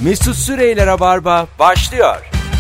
Mesut Süreyler'e Barba başlıyor.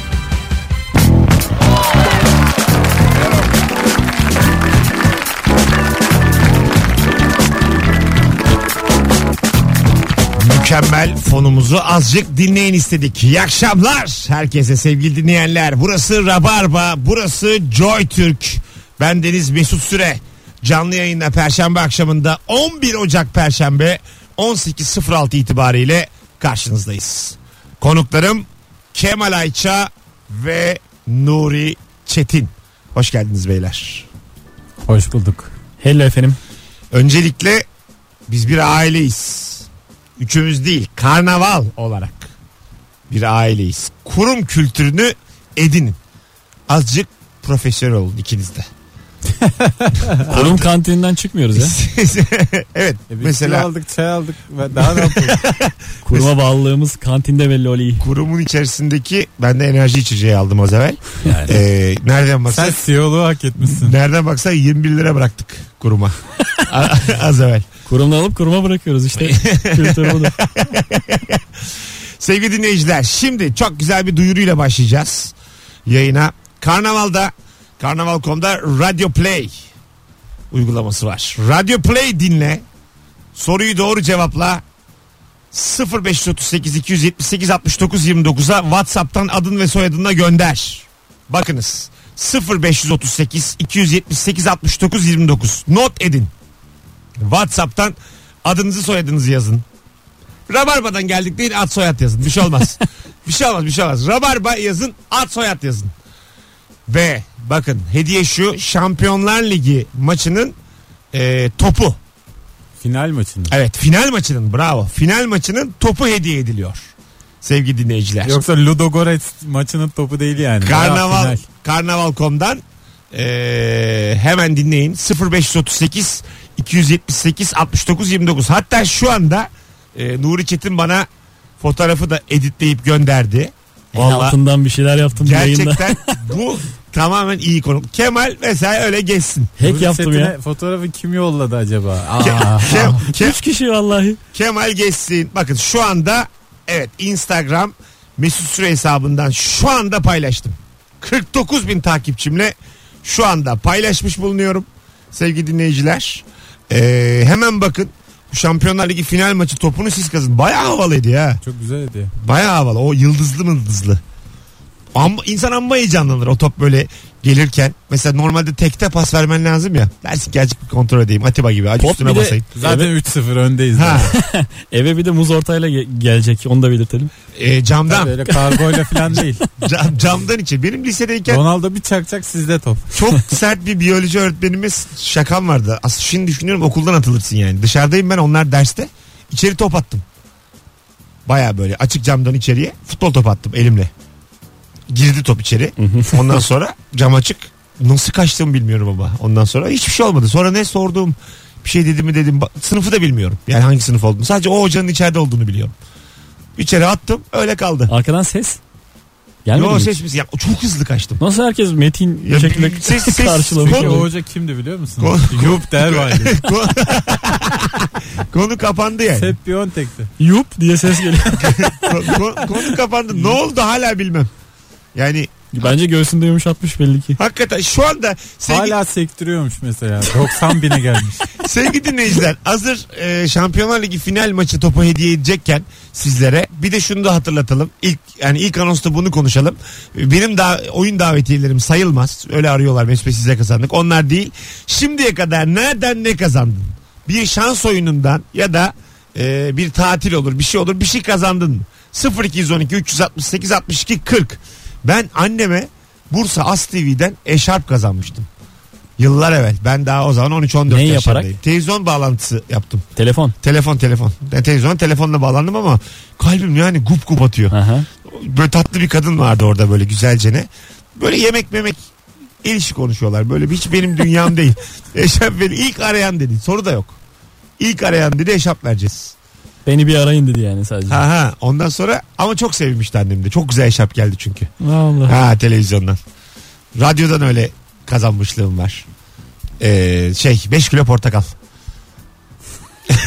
Mükemmel fonumuzu azıcık dinleyin istedik. İyi akşamlar herkese sevgili dinleyenler. Burası Rabarba, burası Joy Türk. Ben Deniz Mesut Süre. Canlı yayında Perşembe akşamında 11 Ocak Perşembe 18.06 itibariyle karşınızdayız. Konuklarım Kemal Ayça ve Nuri Çetin. Hoş geldiniz beyler. Hoş bulduk. Hello efendim. Öncelikle biz bir aileyiz. Üçümüz değil, karnaval olarak bir aileyiz. Kurum kültürünü edinin. Azıcık profesyonel olun ikiniz de. Kurum kantininden çıkmıyoruz ya. Evet. Mesela aldık, çay aldık ve daha ne yapalım? Kuruma bağlılığımız kantinde belli oluyor. Kurumun içerisindeki ben de enerji içeceği aldım az evvel. Yani. Nereden baksan Sen CEO'luğu hak etmişsin. Nereden baksan 21 lira bıraktık kuruma. Az evvel. Kurumdan alıp kuruma bırakıyoruz işte. Kültür budur. Sevgili dinleyiciler, şimdi çok güzel bir duyuruyla başlayacağız yayına. Karnaval'da, Karnaval.com'da Radio Play uygulaması var. Radio Play dinle. Soruyu doğru cevapla. 0538 278 69 29'a WhatsApp'tan adın ve soyadınla gönder. Bakınız. 0538 278 69 29. Not edin. WhatsApp'tan adınızı soyadınızı yazın. Rabarba'dan geldik değil, ad soyad yazın. Bir şey olmaz. bir şey olmaz. Rabarba yazın, ad soyad yazın. Ve bakın hediye şu: Şampiyonlar Ligi maçının topu. Final maçının. Evet, final maçının, bravo. Final maçının topu hediye ediliyor. Sevgili dinleyiciler. Yoksa Ludogorets maçının topu değil yani. Karnaval.com'dan hemen dinleyin. 0538 278 69 29. Hatta şu anda Nuri Çetin bana fotoğrafı da editleyip gönderdi. Altından bir şeyler yaptım gerçekten bu tamamen iyi konu. Kemal mesela öyle geçsin. Hack yaptım ya. Fotoğrafı kim yolladı acaba? 3 kişi vallahi. Kemal geçsin. Bakın şu anda evet, Instagram Mesut Süre hesabından şu anda paylaştım. 49.000 takipçimle şu anda paylaşmış bulunuyorum. Sevgili dinleyiciler. Hemen bakın. Şampiyonlar Ligi final maçı topunu siz kazın. Bayağı havalıydı ya. Çok güzeldi. Bayağı havalı. O yıldızlı. İnsan amma heyecanlanır o top böyle gelirken. Mesela normalde tekte pas vermen lazım ya. Dersin ki azıcık bir kontrol edeyim. Atiba gibi. Azıcık üstüne basayım. Zaten 3-0 öndeyiz. Eve bir de muz ortayla gelecek. Onu da belirtelim. Camdan. Öyle kargoyla falan değil. Camdan içi. Benim lisedeyken Ronaldo bir çakacak, sizde top. çok sert bir biyoloji öğretmenimiz, şakam vardı. Aslında şimdi düşünüyorum, okuldan atılırsın yani. Dışarıdayım ben, onlar derste. İçeri top attım. Baya böyle açık camdan içeriye futbol topu attım elimle. Girdi top içeri. Ondan sonra cam açık. Nasıl kaçtığımı bilmiyorum ama. Ondan sonra hiçbir şey olmadı. Sonra ne sordum, bir şey dedim mi dedim. Sınıfı da bilmiyorum. Yani hangi sınıf olduğunu. Sadece o hocanın içeride olduğunu biliyorum. İçeri attım, öyle kaldı. Arkadan ses gelmedi mi? Yo, ses ya, çok hızlı kaçtım. Nasıl herkes metin Ya, şekilde ses karşılamış? Peki o hoca kimdi biliyor musun? Yup Derval'di. Konu kapandı yani. Hep Biontech'ti. Yup diye ses geliyor. Konu kapandı. Ne oldu hala bilmem. Yani bence göğsünde yumuşatmış belli ki. hakikaten şu anda hala sektiriyormuş mesela. 90.000'e gelmiş. Sevgili dinleyiciler, hazır Şampiyonlar Ligi final maçı topu hediye edecekken sizlere bir de şunu da hatırlatalım. İlk anonsta bunu konuşalım. Benim oyun davetiyelerim sayılmaz. Öyle arıyorlar, Mesut Bey size kazandık. Onlar değil. Şimdiye kadar nereden ne kazandın? Bir şans oyunundan ya da bir tatil olur, bir şey olur, bir şey kazandın mı? 0212 368 62 40. Ben anneme Bursa As TV'den eşarp kazanmıştım. Yıllar evvel. Ben daha o zaman 13-14 Neyi yaşındayım. yaparak? Televizyon bağlantısı yaptım. Telefon. Telefon. Ben telefonla bağlandım ama kalbim yani gup gup atıyor. Aha. Böyle tatlı bir kadın vardı orada, böyle güzelcene. Böyle yemek el işi konuşuyorlar. Böyle hiç benim dünyam değil. Eşarp beni ilk arayan dedi. Soru da yok. İlk arayan dedi eşarp vereceğiz. Beni bir arayın dedi yani sadece. Ondan sonra ama çok sevmişti annem de. Çok güzel eşarp geldi çünkü. Vallahi. Televizyondan. Radyodan öyle kazanmışlığım var. 5 kilo portakal.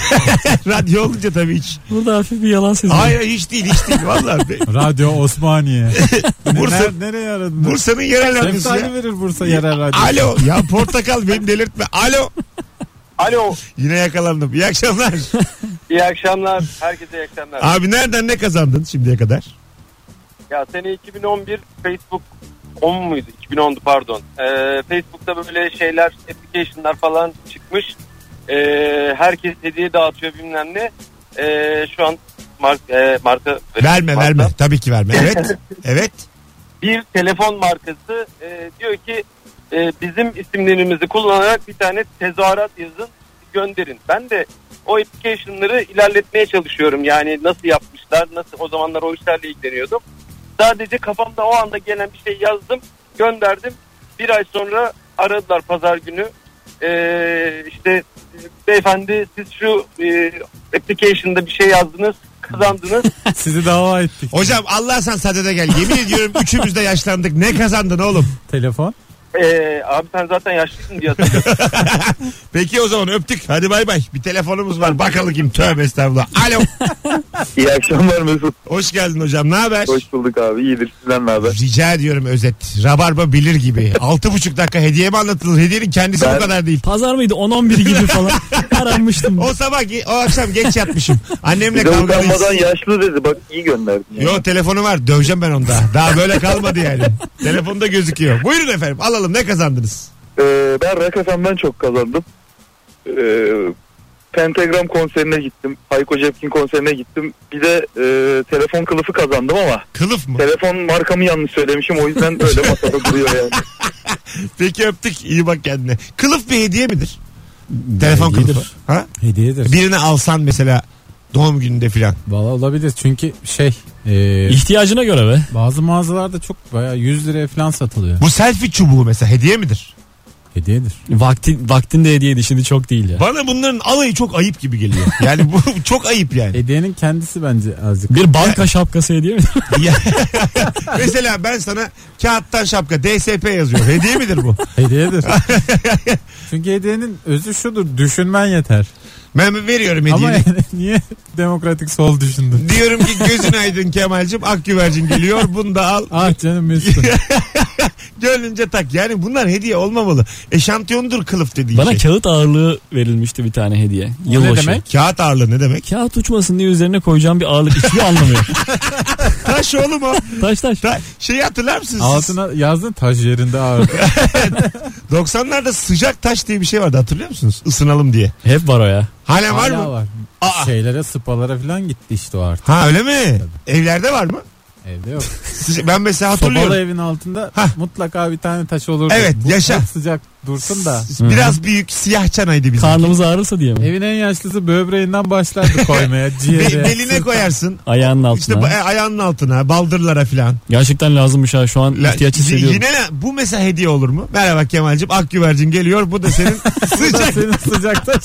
Radyo olunca tabii hiç. Burada hafif bir yalan seziyorum. Hayır hiç değil vallahi. Radyo Osmaniye. Bursa, nereye aradın? Bursa'nın yerel radyosu Şeftali ya. verir Bursa yerel radyosu. Alo ya portakal beni delirtme. Alo. Alo. Yine yakalandım. İyi akşamlar. İyi akşamlar. Herkese iyi akşamlar. Abi nereden ne kazandın şimdiye kadar? Ya sene 2011 Facebook 10 muydu? 2010'du pardon. Facebook'ta böyle şeyler, application'lar falan çıkmış. Herkes hediye dağıtıyor bilmem ne. Şu an marka Verme. Tabii ki verme. Evet. Evet. Bir telefon markası diyor ki bizim isimlerimizi kullanarak bir tane tezahürat yazın, gönderin. Ben de o application'ları ilerletmeye çalışıyorum. Yani nasıl yapmışlar, nasıl, o zamanlar o işlerle ilgileniyordum. Sadece kafamda o anda gelen bir şey yazdım, gönderdim. Bir ay sonra aradılar pazar günü. İşte beyefendi siz şu application'da bir şey yazdınız, kazandınız. Sizi dava ettik. Hocam Allah sen sadede gel. Yemin ediyorum üçümüz de yaşlandık. Ne kazandın oğlum? Telefon. Abi sen zaten yaşlısın diye hatırlıyorum. Peki o zaman öptük. Hadi bay bay. Bir telefonumuz var. Bakalım kim? Tövbe estağfurullah. Alo. İyi akşamlar Mesut. Hoş geldin hocam. Ne haber? Hoş bulduk abi. İyidir, sizden ne haber? Rica ediyorum özet. Rabarba bilir gibi. 6,5 dakika hediye mi anlatılır? Hediyenin kendisi bu kadar değil. Pazar mıydı? 10-11 gibi falan. Aranmıştım. O sabah o akşam geç yatmışım. Annemle Bir de kavgalıyız. utanmadan yaşlı dedi. Bak iyi gönderdin. Yani. Yo telefonu var. Döveceğim ben onda. Daha böyle kalmadı yani. Telefonda gözüküyor. Buyurun efendim. Alalım. Ne kazandınız? Ben Rock FM'den çok kazandım. Pentagram konserine gittim. Hayko Cepkin konserine gittim. Bir de telefon kılıfı kazandım ama. Kılıf mı? Telefon markamı yanlış söylemişim. O yüzden öyle masada duruyor yani. Peki öptük. İyi bak kendine. Kılıf bir hediye midir? Telefon Hediyedir. kılıfı. Ha? Hediyedir. Birini alsan mesela doğum gününde filan. Valla olabilir çünkü İhtiyacına göre be. bazı mağazalarda çok bayağı 100 liraya falan satılıyor. Bu selfie çubuğu mesela hediye midir? Hediyedir. Vaktinde hediyeydi, şimdi çok değil ya. Bana bunların alayı çok ayıp gibi geliyor. Yani bu çok ayıp yani. Hediyenin kendisi bence azıcık. Bir banka şapkası hediye mi? Ya- Mesela ben sana kağıttan şapka DSP yazıyor. Hediye midir bu? Hediyedir. Çünkü hediyenin özü şudur. Düşünmen yeter. Ben veriyorum Ama hediyeyi. yani niye demokratik sol düşündün? Diyorum ki gözün aydın Kemal'cim, ak güvercin geliyor, bunu da al. Ah canım Mesut. Gönlünce tak. Yani bunlar hediye olmamalı. Eşantiyondur kılıf dediğin Bana şey. kağıt ağırlığı verilmişti bir tane hediye. ne Yılbaşı. demek? Kağıt ağırlığı ne demek? Kağıt uçmasın diye üzerine koyacağım bir ağırlık. Hiçbir anlamı yok. Taş oğlum o. Taş. Şeyi hatırlar mısınız? Altına yazdın taş yerinde ağırdı. 90'larda sıcak taş diye bir şey vardı, hatırlıyor musunuz? Isınalım diye. Hep var o ya. Hala var Hala mı? var. Aa. Şeylere spalara falan gitti işte o artık. Ha öyle mi? Evlerde var mı? Evde yok. Ben mesela hatırlıyorum. Sobalı evin altında mutlaka bir tane taş olurdu. Evet, Bu yaşa. çok sıcak dursun da. Biraz büyük siyah çanaydı bizim. Karnımız ağrırsa diye mi? Evin en yaşlısı böbreğinden başlardı koymaya. Ciğere. Beline koyarsın. Ayağının altına. İşte ayağının altına, baldırlara filan. Gerçekten lazımmış ha, şu an ihtiyaç hissediyorum. Yine bu mesela hediye olur mu? Merhaba Kemal'cim, ak güvercin geliyor. Bu da senin sıcak. Senin sıcak taş.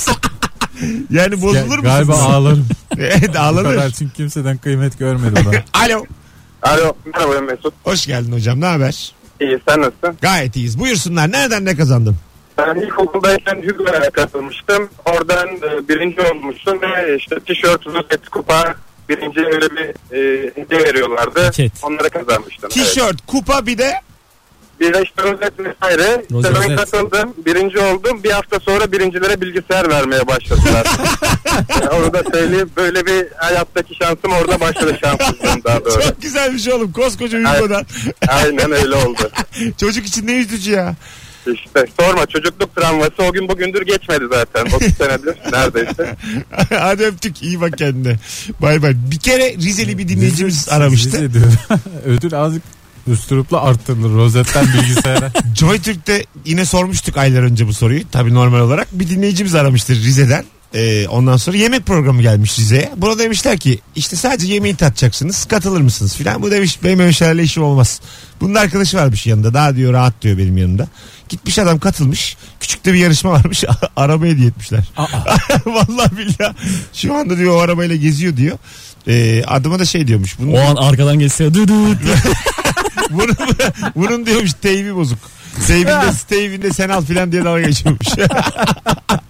Yani bozulur musun? Galiba ağlarım. Evet Bu kadar ağlanır. çünkü kimseden kıymet görmedim ben. Alo. Alo, merhaba Mesut. Hoş geldin hocam, ne haber? İyi, sen nasılsın? Gayet iyiyiz. Buyursunlar, nereden ne kazandın? Ben ilkokuldayken Hügü'ye katılmıştım. Oradan birinci olmuştum ve işte tişört, rozet, kupa, birinci öyle bir hediye veriyorlardı. Paket. Onlara kazanmıştım. Tişört, kupa, bir de Bir de işte rozet vesaire. İşte Rozet. ben katıldım, birinci oldum. Bir hafta sonra birincilere bilgisayar vermeye başladılar. Yani onu da söyleyeyim. Böyle bir hayattaki şansım orada başladı, şanssızlığım daha doğru. çok güzel bir şey oğlum. Koskoca Hugo'dan. Aynen öyle oldu. Çocuk için ne üzücü ya. İşte sorma, çocukluk travması o gün bugündür geçmedi zaten. 30 senedir neredeyse. Hadi öptük. İyi bak kendine. Bay bay. Bir kere Rizeli bir dinleyicimiz aramıştı. Rize diyor. Ödül azıcık üstürupla arttırılır rozetten bilgisayara. JoyTürk'te yine sormuştuk aylar önce bu soruyu. Tabii normal olarak. Bir dinleyicimiz aramıştır Rize'den. Ondan sonra yemek programı gelmiş Rize'ye. Burada demişler ki işte sadece yemeği tatacaksınız, katılır mısınız filan. Bu demiş benim öyle şeylerle işim olmaz. Bunun arkadaşı varmış yanında, daha diyor rahat diyor benim yanımda. Gitmiş adam, katılmış. Küçük de bir yarışma varmış. Araba hediye etmişler. Vallahi billahi. Şu anda diyor o arabayla geziyor diyor. Adıma da şey diyormuş. O an arkadan geçse bunun diyormuş teybi bozuk. Teybinde sen al filan diye dalga geçiyormuş.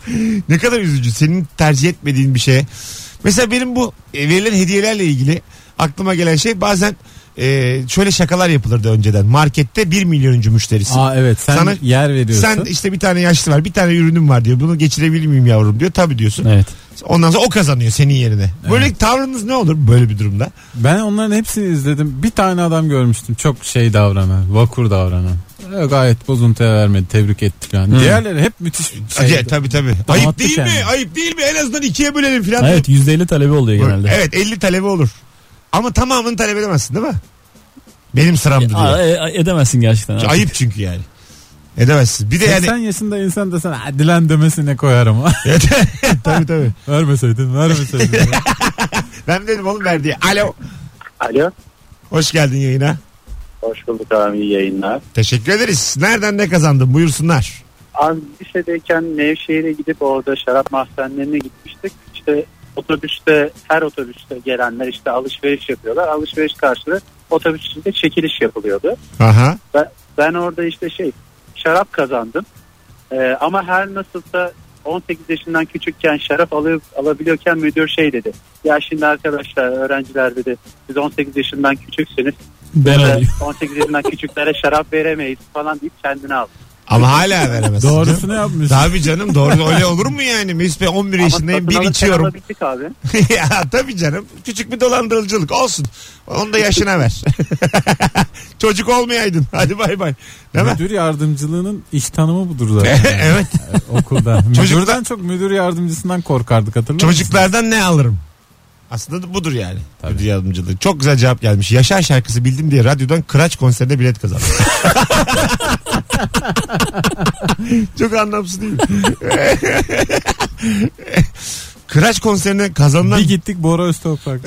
Ne kadar üzücü. Senin tercih etmediğin bir şeye. Mesela benim bu verilen hediyelerle ilgili aklıma gelen şey bazen şöyle şakalar yapılırdı önceden. Markette 1 milyonuncu müşterisin. Evet sen Sana, yer veriyorsun. Sen işte bir tane yaşlı var, bir tane ürünüm var diyor. Bunu geçirebilir miyim yavrum diyor. Tabii diyorsun. Evet. Ondan sonra o kazanıyor senin yerine. Böyle tavrınız ne olur böyle bir durumda? Ben onların hepsini izledim. Bir tane adam görmüştüm. Çok davranan, vakur davranan. Gayet bozuntuya vermedi. Tebrik etti falan. Diğerleri hep müthiş Tabii. Ayıp değil mi? Ayıp değil mi? En azından 2'ye bölelim falan. Evet, %50 talebi oluyor genelde. Evet, 50 talebi olur. Ama tamamını talep edemezsin değil mi? Benim sıramdı diye. Edemezsin gerçekten. Ayıp çünkü yani. Edemezsin. Bir de 80 yaşında insan da sana hadi lan demesine koyarım. Tabii. Vermeseydin. Ben dedim oğlum ver diye. Alo. Alo. Hoş geldin yayına. Hoş bulduk abi, iyi yayınlar. Teşekkür ederiz. Nereden ne kazandın? Buyursunlar. Abi lisedeyken Nevşehir'e gidip orada şarap mahzenlerine gitmiştik. İşte her otobüste gelenler işte alışveriş yapıyorlar. Alışveriş karşılığı otobüs içinde çekiliş yapılıyordu. Aha. Ben orada işte şarap kazandım. Ama her nasılsa 18 yaşından küçükken şarap alabiliyorken müdür dedi. Ya şimdi arkadaşlar, öğrenciler dedi, siz 18 yaşından küçüksünüz. Ben alayım. 18 yaşından küçüklere şarap veremeyiz falan deyip kendine aldı. Ama hala veremezsin. Doğrusunu yapmış. Tabii canım, doğru. Öyle olur mu yani? Mesut Bey 11 yaşındayım, bir içiyorum. Abi. Ya tabii canım. Küçük bir dolandırıcılık olsun. Onu da yaşına ver. Çocuk olmayaydın. Hadi bay bay. Değil mi? Müdür yardımcılığının iş tanımı budur zaten. Evet. Okulda. Müdürden çok müdür yardımcısından korkardık, hatırlıyor musun? Çocuklardan ne alırım? Aslında budur yani. Tabii. Müdür yardımcılığı. Çok güzel cevap gelmiş. Yaşar şarkısı bildim diye radyodan Kıraç konserine bilet kazandım. Çok anlamsız değil mi? Kıraç konserine kazanılan... Bir gittik Bora Öztoprak.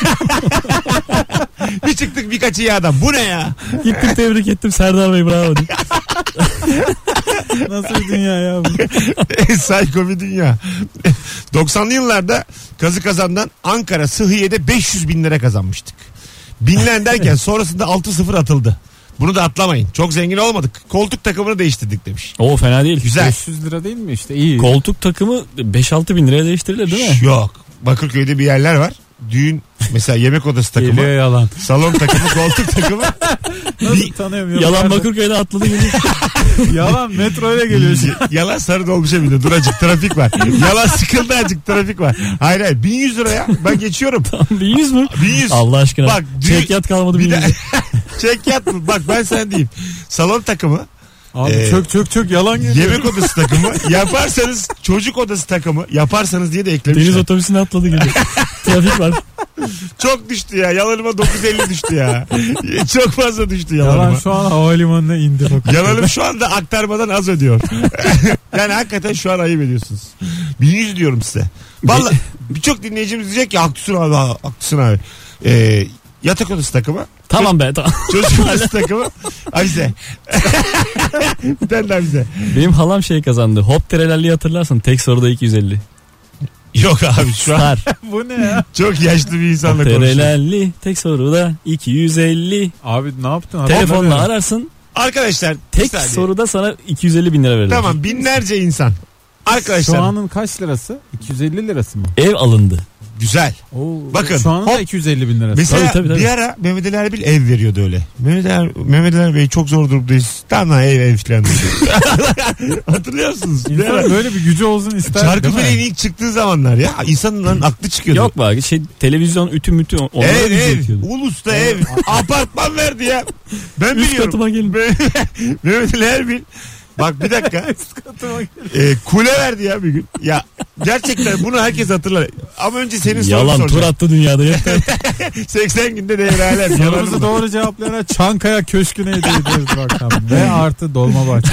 Bir çıktık birkaç iyi adam. Bu ne ya? Gittim tebrik ettim Serdar Bey, bravo diye. Nasıl bir dünya ya bu? Psycho bir dünya. 90'lı yıllarda kazı kazandan Ankara Sıhhiye'de 500 bin lira kazanmıştık. Binlen derken sonrasında 6-0 atıldı. Bunu da atlamayın. Çok zengin olmadık. Koltuk takımını değiştirdik demiş. O fena değil. Güzel. 500 lira değil mi işte, iyi. Koltuk takımı 5-6 bin liraya değiştirilir değil mi? Yok. Bakırköy'de bir yerler var. Düğün mesela yemek odası takımı. Geliyor yalan. Salon takımı, koltuk takımı. Nasıl tanıyorum? Yalan Bakırköy'de atladı gibi. Yalan metroyla geliyor şimdi. Yalan sarı dolmuşa bindi. Dur acık trafik var. Yalan sıkıldı acık trafik var. Hayır 1100 lira ya. Ben geçiyorum. 1100 mü? 1100. Allah aşkına. Bak, çekyat kalmadı 1100. Çekyat mı? Bak ben sen diyeyim. Salon takımı. Abi çok yalan geliyor. Yemek odası takımı yaparsanız, çocuk odası takımı yaparsanız diye de eklemişler. Deniz otobüsüne atladı gibi. Trafik var. Çok düştü ya. Yalanıma 950 düştü ya. Çok fazla düştü yalanıma. Yalan şu an havalimanına indi. Yalanım şu anda aktarmadan az ödüyor. Yani hakikaten şu an ayıp ediyorsunuz. 1100 diyorum size. Vallahi birçok dinleyicimiz diyecek ki haklısın abi, haklısın abi. Yatak odası takımı. Tamam be, tamam. Çocuk odası takımı. Avize. Bir tane daha bize. Benim halam kazandı. Hop terelalliyi hatırlarsın. Tek soruda 250. Yok abi şu an Star. Bu ne ya? çok yaşlı bir insanla konuşuyor. Terelalli tek soruda 250. Abi ne yaptın? Telefonla ararsın. Arkadaşlar Tek soruda sana 250 bin lira verir. tamam, binlerce insan. Arkadaşlar Şu anın kaç lirası? 250 lirası mı? Ev alındı. güzel. Oo, Bakın, şu anın da hop. 250 bin lirası. Mesela Tabii. bir ara Mehmet Ali Erbil ev veriyordu öyle. Mehmet Ali Bey çok zor durumdayız. Tamam ev falan. Hatırlıyor musunuz? Bir ara İnsan böyle bir gücü olsun ister. Çarkıfele'nin ilk çıktığı zamanlar ya. İnsanların aklı çıkıyordu. Yok bak televizyon ütü mütü onlara Ev. yetiyordu. Ulus'ta ev. Apartman verdi ya. Ben Üst biliyorum. katıma gelin. Mehmet Ali Erbil. Bak bir dakika. Kule verdi ya bir gün. Ya gerçekten bunu herkes hatırlar. Ama önce senin sorunu Yalan tur soracağım. attı dünyada. Yeter. 80 günde devraler. Sorumuzu doğru cevaplayana Çankaya Köşkü'ne hediye ederiz bakalım. Ve artı Dolmabahçe.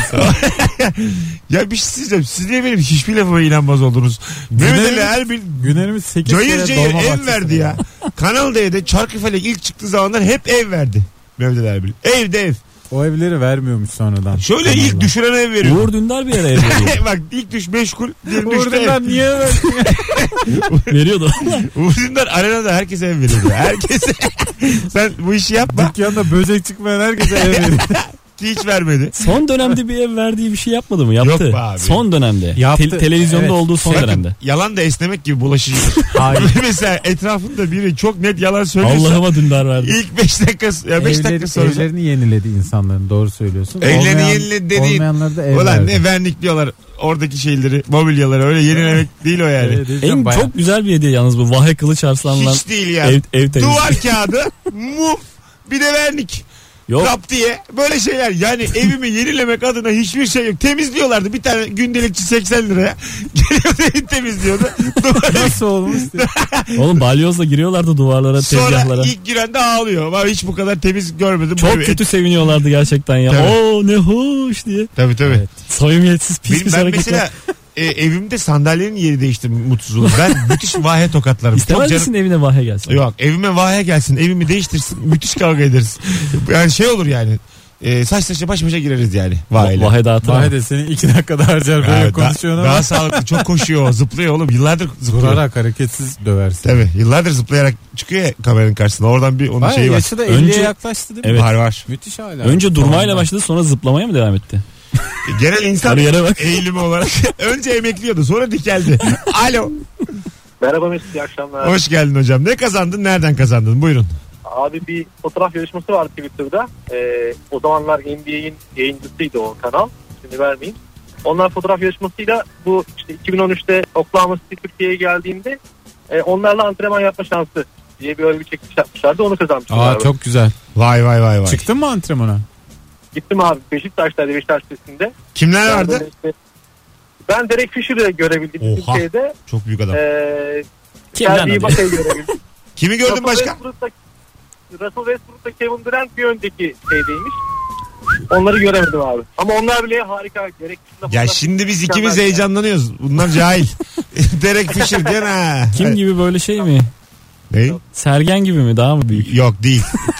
Ya bir şey söyleyeceğim. Siz niye benim hiçbir lafıma inanmaz oldunuz? Mehmet Ali Erbil Günlerimiz 8 cayır kere cayır Dolmabahçe. ev verdi ya. Kanal D'de Çarkıfelek ilk çıktığı zamanlar hep ev verdi. Mehmet Ali Erbil. Ev. O evleri vermiyormuş sonradan. Şöyle Kanallar. ilk düşüren ev veriyor. Uğur Dündar bir yere ev veriyor. Bak ilk düş meşgul. Diğer Uğur düştü ev. Dündar niye verdin ya? Veriyordu. Uğur Dündar arenada herkese ev veriyor. Herkese. Sen bu işi yapma. Dükkanda böcek çıkmayan herkese ev veriyor. Hiç vermedi. Son dönemde bir ev verdiği bir şey yapmadı mı? Yaptı. Yok be abi. Son dönemde. Yaptı. Televizyonda Evet. olduğu son Bakın, dönemde. yalan da esnemek gibi bulaşıcı. Hayır. Mesela etrafında biri çok net yalan söylüyorsa Allah'ıma dündar verdi. ilk 5 dakika ya 5 dakika sonra Evlerini yeniledi insanların, doğru söylüyorsun. evlerini yeniledi dediğin Olmayanları da ev ulan verdi. ne vernikliyorlar oradaki şeyleri, mobilyaları, öyle yenilemek değil o yani. Evet, diyeceğim, En bayağı. çok güzel bir hediye yalnız bu. Vahe Kılıç Arslan'la Hiç değil ya. ev temizliği. Duvar kağıdı, mum, bir de vernik. Yok. Kap diye böyle şeyler, yani evimi yenilemek adına hiçbir şey yok. Temizliyorlardı, bir tane gündelikçi 80 liraya geliyordu, evi temizliyordu. Nasıl olmuş? Oğlum balyozla giriyorlardı duvarlara, Sonra tezgahlara. ilk giren de ağlıyor. Ben hiç bu kadar temiz görmedim. Çok Böyle- kötü seviniyorlardı gerçekten ya. Tabii. Oo ne hoş diye. Tabii tabii. Evet. Samimiyetsiz pis Ben hareketler. mesela evimde sandalyenin yeri değişti mutsuzluğum. Ben müthiş vahe tokatlarım. İstemez Çok canım- misin evine vahe gelsin? Yok, evime vahe gelsin, evimi değiştirsin, müthiş kavga ederiz. Yani şey olur yani, saç saça baş başa gireriz yani vaheyle. Vahe dağıtır ama. Vahe de seni 2 dakikada harcar böyle Evet, konuşuyorsun daha ama sağlıklı, çok koşuyor, zıplıyor oğlum, yıllardır zıplıyor. durarak hareketsiz döversin. Tabii yıllardır zıplayarak çıkıyor ya kameranın karşısına, oradan bir onun Bayağı şeyi var. yaşı da 50'ye Önce- yaklaştı değil mi? Evet. Var. Müthiş hala. Önce durmayla Tamam. başladı, sonra zıplamaya mı devam etti? Genel insan Kariyere bak. eğilimi olarak önce emekliyordu, sonra dikeldi. Alo. Merhaba Mesut, iyi akşamlar. Hoş geldin hocam. Ne kazandın, nereden kazandın? Buyurun. Abi bir fotoğraf yarışması vardı Twitter'da. O zamanlar NBA'in yayıncısıydı o kanal. Şimdi vermeyeyim. Onlar fotoğraf yarışmasıyla bu işte 2013'te Oklahoma City Türkiye'ye geldiğinde onlarla antrenman yapma şansı diye bir öyle bir çekiliş yapmışlardı. Onu kazanmıştım Aa abi. çok güzel. Vay vay vay vay. Çıktın mı antrenmana? Gittim abi Beşiktaş'taydı, Beşiktaş Lisesi'nde. Kimler Yani vardı? böyle işte- ben Derek Fisher'ı görebildim Oha. Türkiye'de. Çok büyük adam. Kimden Sergi hadi? Ibaka'yı görebildim. Kimi gördün başka? Russell Westbrook'ta Kevin Durant bir önceki şeydeymiş. Onları göremedim abi. Ama onlar bile harika. Gerek Ya şimdi biz ikimiz heyecanlanıyoruz. Bunlar cahil. Derek Fisher diyen ha. Kim gibi böyle şey mi? Ne? Sergen gibi mi? Daha mı büyük? Yok değil.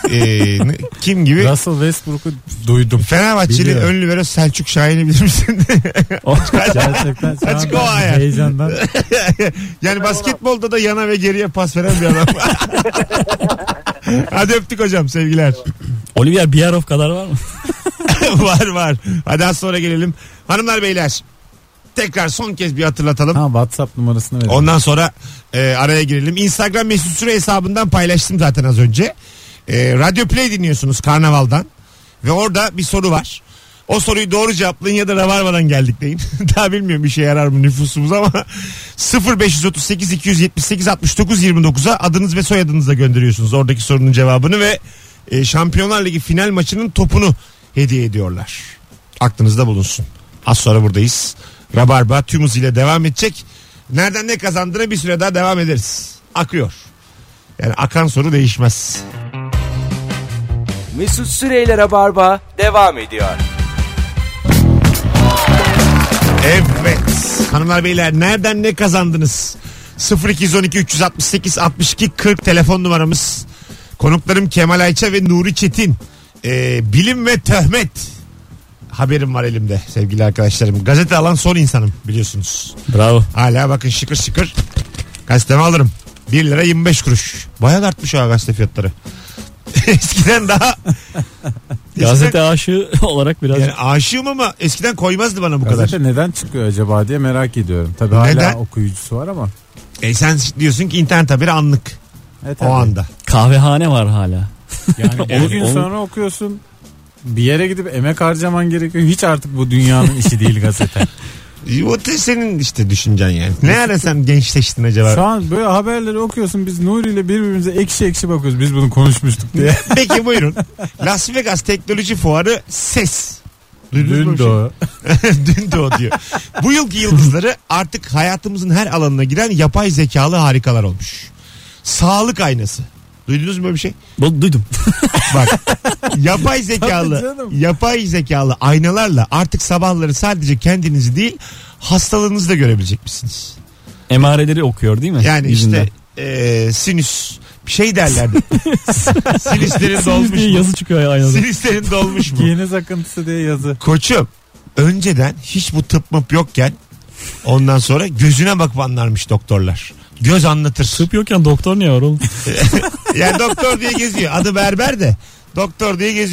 Kim gibi? Russell Westbrook'u duydum. Fenerbahçeli Biliyorum. ön libero Selçuk Şahin'i bilir misin? Gerçekten şu Açık an o ayağı. heyecandan. Yani basketbolda da yana ve geriye pas veren bir adam. Hadi öptük hocam, sevgiler. Olivier Bierhoff kadar var mı? var. Hadi az sonra gelelim. Hanımlar beyler, tekrar son kez bir hatırlatalım. Ha, WhatsApp numarasını verin. Ondan sonra araya girelim. Instagram Mesut Süre hesabından paylaştım zaten az önce. Radyo Play dinliyorsunuz Karnaval'dan. Ve orada bir soru var. O soruyu doğru cevaplayın ya da Rabarba'dan geldik deyin. Daha bilmiyorum bir şey yarar mı nüfusumuz ama 0538 278 69 29'a adınız ve soyadınızla gönderiyorsunuz oradaki sorunun cevabını ve Şampiyonlar Ligi final maçının topunu hediye ediyorlar. Aklınızda bulunsun. Az sonra buradayız. Rabarba tüm hızıyla devam edecek. Nereden ne kazandığına bir süre daha devam ederiz. Akıyor. Yani akan soru değişmez. Mesut Süreyler'e barba devam ediyor. Evet. Hanımlar beyler, nereden ne kazandınız? 0212 368 62 40 telefon numaramız. Konuklarım Kemal Ayça ve Nuri Çetin. Bilim ve töhmet haberim var elimde sevgili arkadaşlarım. Gazete alan son insanım biliyorsunuz. Bravo. Hala bakın şıkır şıkır gazetemi alırım. 1 lira 25 kuruş. Bayağı da artmış ha gazete fiyatları. Eskiden daha Gazete aşığı olarak biraz. yani aşığım ama eskiden koymazdı bana bu kadar. Gazete neden çıkıyor acaba diye merak ediyorum. Tabii Neden? hala okuyucusu var ama. Sen diyorsun ki internet haberi anlık. Evet, O anda. Kahvehane var hala. Yani 10 gün Onu- sonra okuyorsun. Bir yere gidip emek harcaman gerekiyor. Hiç artık bu dünyanın işi değil gazete. O da senin işte düşüncen yani. Ne ara sen gençleştin acaba? Şu an böyle haberleri okuyorsun. Biz Nuri ile birbirimize ekşi ekşi bakıyoruz. Biz bunu konuşmuştuk diye. Peki buyurun. Las Vegas Teknoloji Fuarı ses. Duydunuz mu Dün bir de şey? o. Dün de o diyor. Bu yılki yıldızları artık hayatımızın her alanına giren yapay zekalı harikalar olmuş. Sağlık aynası. Duydunuz mu böyle bir şey? Duydum. Bak. Yapay Tabii zekalı canım. yapay zekalı aynalarla artık sabahları sadece kendinizi değil hastalığınızı da görebilecekmişsiniz. Emareleri okuyor değil mi? Yani Yüzünden. işte sinüs bir şey derlerdi. Sinüslerin Sinüs dolmuş diye mu? yazı çıkıyor ya aynada. Sinüslerin dolmuş mu? Giyiniz akıntısı diye yazı. Koçum önceden hiç bu tıp mıp yokken ondan sonra gözüne bakıp anlarmış doktorlar. Göz anlatır. Tıp yokken doktor niye var oğlum? Yani doktor diye geziyor. Adı berber de doktor diye geziyor.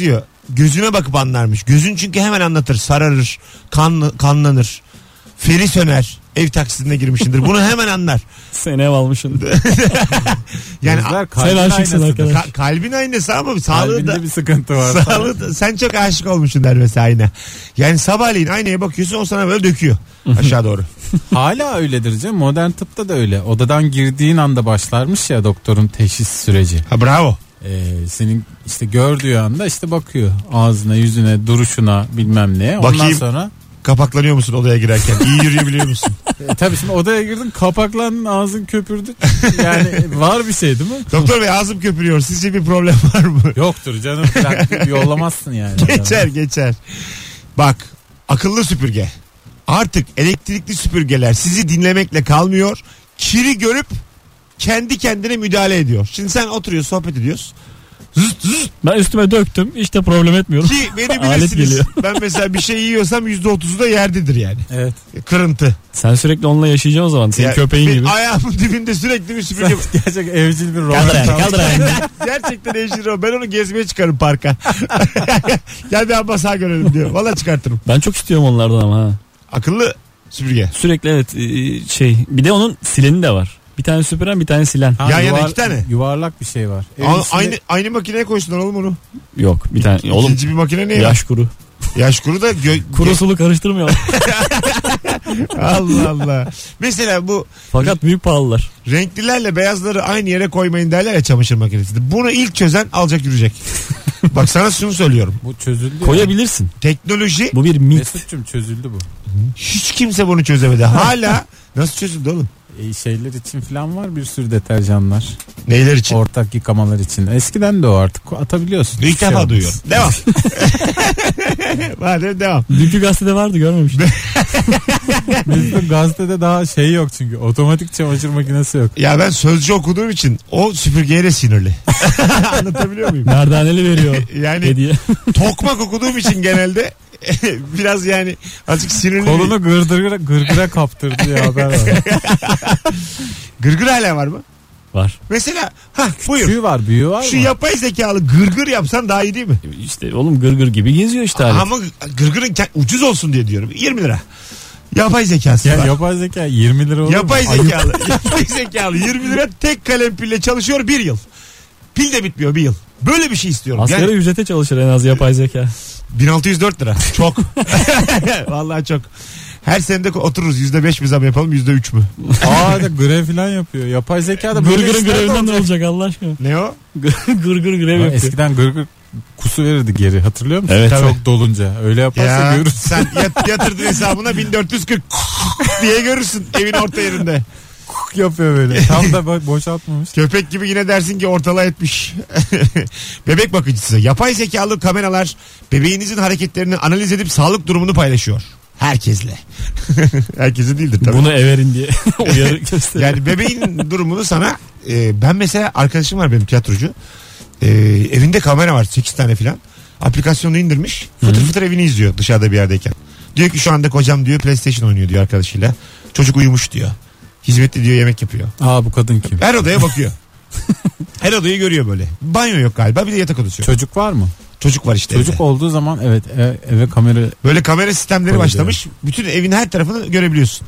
gözüne bakıp anlarmış. Gözün çünkü hemen anlatır. Sararır, kanlanır. Feri söner. Ev taksidine girmişindir. Bunu hemen anlar. Sen ev almışsın. Yani Gözler Sen kalbin aşıksın aynasıdır. arkadaş. kalbin aynısı ama sağlığı Kalbinde da bir sıkıntı var. sağlığı sen çok aşık olmuşsun der mesela ayna. Yani sabahleyin aynaya bakıyorsun, o sana böyle döküyor aşağı doğru. Hala öyledir canım. Modern tıpta da öyle. Odadan girdiğin anda başlarmış ya doktorun teşhis süreci. Ha, bravo. Senin işte gördüğü anda işte bakıyor ağzına, yüzüne, duruşuna, bilmem neye. Ondan Bakayım. sonra Kapaklanıyor musun odaya girerken? İyi yürüyebiliyor musun? tabii şimdi odaya girdin, kapaklandın, ağzın köpürdü. Yani var bir şey değil mi? Doktor bey, ağzım köpürüyor. Sizce bir problem var mı? Yoktur canım falan yollamazsın yani. Geçer. Bak, akıllı süpürge. Artık elektrikli süpürgeler sizi dinlemekle kalmıyor. Kiri görüp kendi kendine müdahale ediyor. Şimdi sen oturuyorsun, sohbet ediyoruz. Zıt zıt. Ben üstüme döktüm. İşte problem etmiyorum. Ki beni Alet bilirsiniz. geliyor. Ben mesela bir şey yiyorsam %30'u da yerdedir yani. Evet. Kırıntı. Sen sürekli onunla yaşayacaksın o zaman. Senin Ya, köpeğin gibi. Ayağımın dibinde sürekli bir süpürge. Gerçek evcil bir Kaldır roman. ayağını, kaldır ayağını. Gerçekten eşit o. Ben onu gezmeye çıkarım parka. Gel bir ambasa görelim diyor. Valla çıkartırım. Ben çok istiyorum onlardan ama ha. Akıllı süpürge. Sürekli evet bir de onun sileni de var. Bir tane süpüren, bir tane silen. Yan yana 2 tane. Yuvarlak bir şey var. Aynı makineye koysunlar oğlum onu. Yok bir tane. Oğlum İkinci bir makine ne ya? yaş kuru. Yaş kuru da Kuru sulu karıştırmıyor. Allah Allah. Mesela bu Fakat büyük pahalılar. renklilerle beyazları aynı yere koymayın derler ya çamaşır makinesinde. Bunu ilk çözen alacak yürüyecek. Bak sana şunu söylüyorum. Bu çözüldü. Koyabilirsin. Teknoloji, Bu bir mit. Mesut'cum çözüldü bu. hiç kimse bunu çözemedi. Hala nasıl çözüldü oğlum? Şeyler için falan var bir sürü deterjanlar. Neyler için? Ortak yıkamalar için. Eskiden de o artık atabiliyorsun. İlk Hiçbir şey defa olmaz. duyuyorum. Devam. Madem devam. Dünkü gazetede vardı, görmemiştim. Bizde gazetede daha şey yok çünkü. Otomatik çamaşır makinesi yok. Ya ben sözcü okuduğum için o süpürgeye de sinirli. Anlatabiliyor muyum? Merdaneli veriyor Yani hediye. tokmak okuduğum için genelde biraz yani azıcık sinirli. Kolunu gırgıra kaptırdı diye haber var. Gırgır hala var mı? Var. Mesela buyur. Büyüğü var, büyüğü var Şu mı? yapay zekalı gırgır yapsan daha iyi değil mi? İşte oğlum gırgır gibi geziyor işte alet. Ama gırgırın ucuz olsun diye diyorum. 20 lira. Yapay zekası Ya var. yapay zeka 20 lira olur Yapay mu? Ayıp. zekalı. Yapay zekalı 20 lira tek kalem pille çalışıyor 1 yıl. Pil de bitmiyor 1 yıl. Böyle bir şey istiyorum. Asgari ücrete çalışır en az yapay zeka. 1604 lira. Çok. Vallahi çok. Her sene de otururuz. %5 mi zam yapalım, %3 mü? Da grev falan yapıyor. Yapay zeka da böyle Gırgırın işler de grevinden ne olacak. olacak Allah aşkına? Ne o? Gırgır grev Ama yapıyor. eskiden gırgır kusu verirdi geri, hatırlıyor musun? Evet. Çok dolunca. Öyle yaparsa Ya görürsün. sen yatırdın hesabına 1440 diye görürsün evin orta yerinde. Yapıyor böyle. Tam da boşaltmamış. Köpek gibi yine dersin ki ortalığa etmiş. Bebek bakıcısı. Yapay zekalı kameralar bebeğinizin hareketlerini analiz edip sağlık durumunu paylaşıyor. Herkesle. Herkese değildir tabii. Bunu everin diye uyarı gösteriyor. Yani bebeğin durumunu sana ben mesela arkadaşım var benim tiyatrocu. Evinde kamera var 8 tane filan. Aplikasyonu indirmiş. Fıtır fıtır evini izliyor dışarıda bir yerdeyken. Diyor ki şu anda kocam diyor PlayStation oynuyor diyor arkadaşıyla. Çocuk uyumuş diyor. Hizmetli diyor yemek yapıyor. Bu kadın kim? Her odaya bakıyor. Her odayı görüyor böyle. Banyo yok galiba, bir de yatak odası yok. Çocuk var mı? Çocuk var işte Çocuk evde. olduğu zaman evet eve kamera Böyle kamera sistemleri Koyuyor. başlamış. Bütün evin her tarafını görebiliyorsun.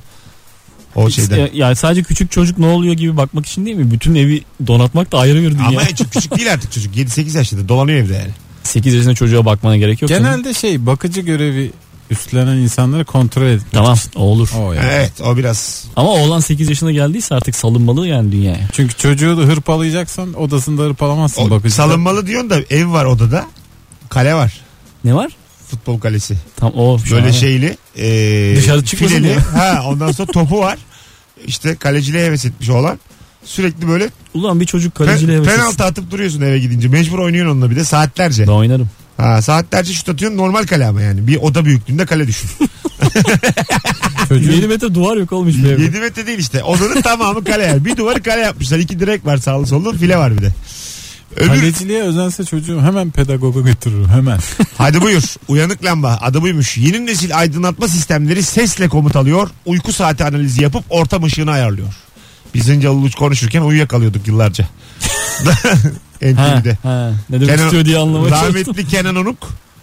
O şeyden. Yani sadece küçük çocuk ne oluyor gibi bakmak için değil mi? Bütün evi donatmak da ayrı bir dünya. Ama çok küçük değil artık çocuk. 7-8 yaşında dolanıyor evde yani. 8 yaşında çocuğa bakmana gerek yok. genelde bakıcı görevi üstlenen insanları kontrol etmek. Tamam o olur. O yani. Evet o biraz. Ama oğlan 8 yaşına geldiyse artık salınmalı yani dünyaya. Çünkü çocuğu da hırpalayacaksan odasında hırpalamazsın O, bakıcı. salınmalı diyorsun da ev var odada. Kale var. Ne var? Futbol kalesi. Tam o. Böyle şeyli. Dışarı çıkmasın fileli. diye. Ondan sonra topu var. İşte kaleciliğe heves etmiş olan. Sürekli böyle Ulan bir çocuk kaleciyle heves etsin. penaltı atıp duruyorsun eve gidince. Mecbur oynuyorsun onunla bir de saatlerce. Ben oynarım. Saatlerce şut atıyorsun, normal kale ama yani. Bir oda büyüklüğünde kale düşün. 7 metre duvar yok olmuş bir evde. 7 metre değil işte. Odanın tamamı kale yani. Bir duvarı kale yapmışlar. 2 direk var sağlı sollu, file var bir de. Kaleciliğe özense çocuğum hemen pedagoga götürürüm hemen. Hadi buyur. Uyanık lamba adı buymuş. Yeni nesil aydınlatma sistemleri sesle komut alıyor. Uyku saati analizi yapıp ortam ışığını ayarlıyor. Biz önce Uluç konuşurken uyuyakalıyorduk yıllarca. NTV'de. Ne demek istiyor diye anlamaya çalıştım. Rahmetli Kenan Onuk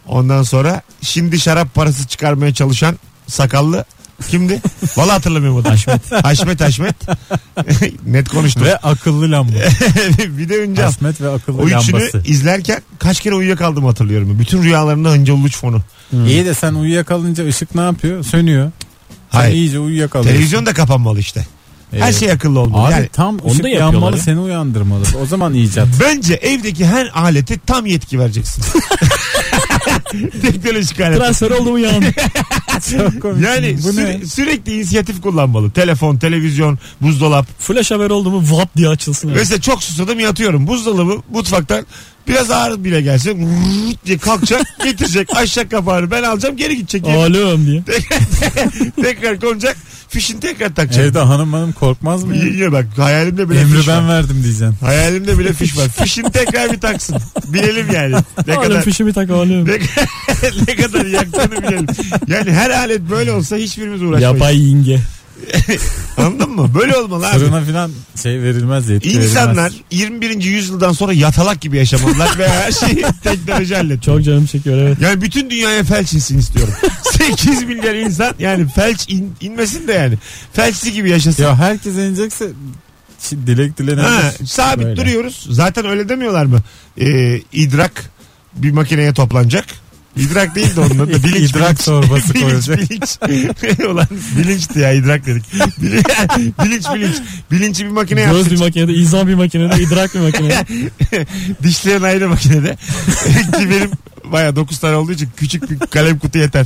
Ondan sonra şimdi şarap parası çıkarmaya çalışan sakallı kimdi? Vallahi hatırlamıyorum o da. Haşmet. Net konuştum. Ve akıllı lamba. Bir de önce Haşmet ve akıllı o üçünü lambası. izlerken kaç kere uyuyakaldım hatırlıyorum. Bütün rüyalarımda Hıncal Uluç fonu. İyi de sen uyuyakalınca ışık ne yapıyor? Sönüyor. Sen Hayır. iyice uyuyakalıyorsun. Televizyon da kapanmalı işte. Her şey akıllı olmalı. Abi Yani tam onu ışık da yapıyorlar yanmalı ya. seni uyandırmalı. O zaman icat. bence evdeki her alete tam yetki vereceksin. Teknolojik alet. Transfer oldu mu yan? Çok komik. Yani Bu ne? sürekli inisiyatif kullanmalı. Telefon, televizyon, buzdolap. Flash haber oldu mu vap diye açılsın. Mesela çok susadım yatıyorum. Buzdolabı mutfaktan biraz ağır bile gelse vurrt diye kalkacak getirecek aşağı kapağını ben alacağım geri gidecek. Alem diye. Tekrar konacak fişini tekrar takacak. Evde hanım korkmaz mı? Yine bak hayalimde bile Emri fiş ben var. verdim diyeceksin. Hayalimde bile fiş var. Fişini tekrar bir taksın. Bilelim yani. Ne Alem kadar fişimi tak alem. ne kadar yaktığını bilelim. Yani her alet böyle olsa hiçbirimiz uğraşmayız. Yapay yenge. Anladın mı? Böyle olmalı abi. Fırına falan şey verilmez, yetki İnsanlar verilmez. 21. yüzyıldan sonra yatalak gibi yaşamalılar ve her şeyi teknoloji hallediyor. Çok canım çekiyor evet. Yani bütün dünyaya felç insin istiyorum. 8 milyar insan yani felç inmesin de yani. Felçli gibi yaşasın. Ya herkes inecekse dilek dilenebilir. Ha, sabit Böyle. duruyoruz. Zaten öyle demiyorlar mı? İdrak bir makineye toplanacak. İdrak değil de onun adı. Bilinç. İdrak torbası koyacak. Bilinç. Ulan bilinçti ya idrak dedik. Bilinç. Bilinci bir makineye Göz bir yapacak. makinede, izan bir makinede, idrak bir makinede. Dişleyen ayrı makinede. Ki benim baya 9 tane olduğu için küçük bir kalem kutu yeter.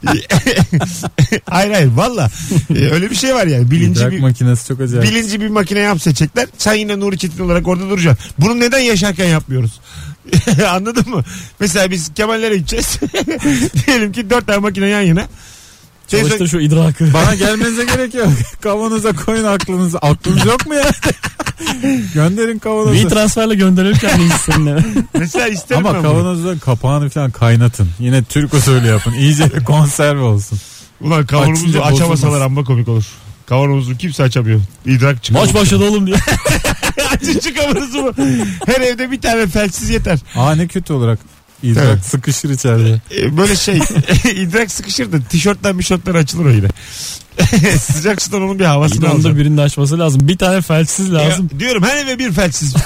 hayır valla. Öyle bir şey var yani. İdrak makinesi çok acayip. Bilinci bir makine yap seçecekler. Sen yine Nuri Çetin olarak orada duracaksın. Bunu neden yaşarken yapmıyoruz? Anladın mı? Mesela biz Kemallere gideceğiz. Diyelim ki 4 tane makine yan yana. Çalıştır şu idrakı. Bana gelmenize gerek yok. Kavanoza koyun aklınızı. Aklınız yok mu ya? Gönderin kavanoza. Bir transferle gönderelim kendimizi seninle. Mesela isterim Ama ben bunu. kavanozda kapağını falan kaynatın. Yine Türk usulü yapın. İyice konserve olsun. Ulan kavanozumuzu Açınca açamasalar bozulmaz. amma komik olur. Kavanozumuzu kimse açamıyor. İdrak çıkıyor. Maç başladı oğlum diye. Açın şu kavanozu mu? Her evde bir tane felçsiz yeter. Ne kötü olarak. İdrak Evet. sıkışır içeride. Böyle şey idrak sıkışır da tişörtten açılır o yine. Sıcak sudan onun bir havasını Yine onda alacağım. birinin açması lazım. Bir tane felçsiz lazım. Ya, diyorum her eve bir felçsiz.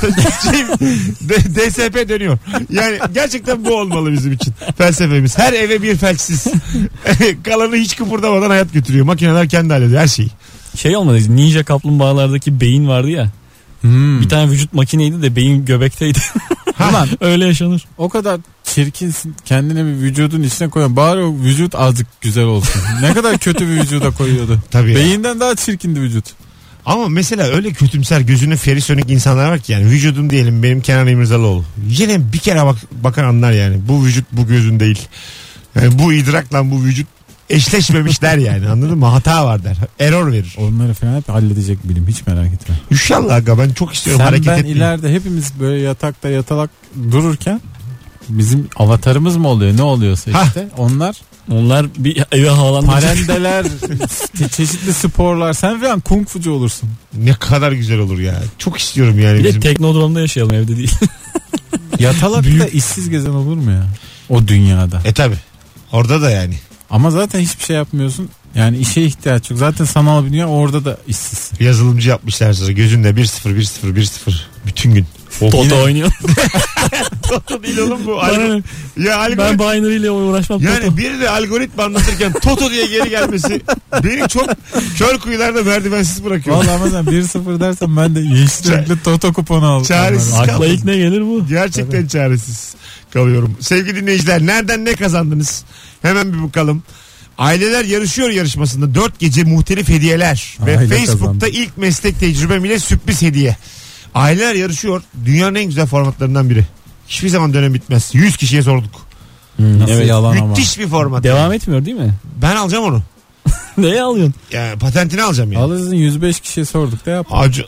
DSP dönüyor. Yani gerçekten bu olmalı bizim için felsefemiz. Her eve bir felçsiz. Kalanı hiç kıpırdamadan hayat götürüyor. Makineler kendi hallediyor her şeyi. Şey olmadı. Ninja kaplumbağalardaki beyin vardı ya. Bir tane vücut makineydi de beyin göbekteydi. Ulan Öyle yaşanır. o kadar çirkinsin, kendine bir vücudun içine koyuyorsun. Bari o vücut azıcık güzel olsun. Ne kadar kötü bir vücuda koyuyordu. Tabii ya. Beyinden daha çirkindi vücut. Ama mesela öyle kötümser gözüne feri sönük insanlar var ki yani vücudum diyelim benim Kenan İmirzalıoğlu. Yine bir kere bakar anlar yani. Bu vücut bu gözün değil. Yani bu idrakla bu vücut eşleşmemiş der yani anladın mı? Hata var der. Error verir. Onları falan hep halledecek bilim, hiç merak etme. İnşallah aga ben çok istiyorum Sen hareket ben etmeyi. ileride hepimiz böyle yatakta yatalak dururken bizim avatarımız mı oluyor ne oluyorsa işte Onlar bir eve havalandıracak. parendeler çeşitli sporlar, sen falan kung fucu olursun. Ne kadar güzel olur ya. Çok istiyorum yani Bir de bizim. teknodromda yaşayalım evde değil. Yatalakta işsiz gezen olur mu ya o dünyada? Tabi. Orada da yani. Ama zaten hiçbir şey yapmıyorsun. Yani işe ihtiyaç yok. Zaten sanal bir dünya, orada da işsiz. Yazılımcı yapmışlar size. Gözünde 1-0 bütün gün. Toto oynuyor. Toto değil oğlum bu. Ben Ya binary ile uğraşmam. yani Toto. biri de algoritma anlatırken Toto diye geri gelmesi beni çok kör kuyularda merdivensiz bırakıyor. Vallahi ama sen 1-0 dersen ben de yeşil renkli Toto kuponu aldım. Çaresiz. Akla ilk ne gelir bu? Gerçekten çaresiz kalıyorum. Sevgili dinleyiciler nereden ne kazandınız? Hemen bir bakalım. Aileler yarışıyor yarışmasında 4 gece muhtelif hediyeler ve Aile Facebook'ta kazandı. ilk meslek tecrübem ile sürpriz hediye. Aileler yarışıyor dünyanın en güzel formatlarından biri. Hiçbir zaman dönem bitmez. 100 kişiye sorduk. Nasıl Evet. yalan ama. Müthiş bir format. Devam etmiyor değil mi? Ben alacağım onu. Neye alıyorsun? Yani patentini alacağım yani. Alırsın 105 kişiye sorduk da yap. Acı.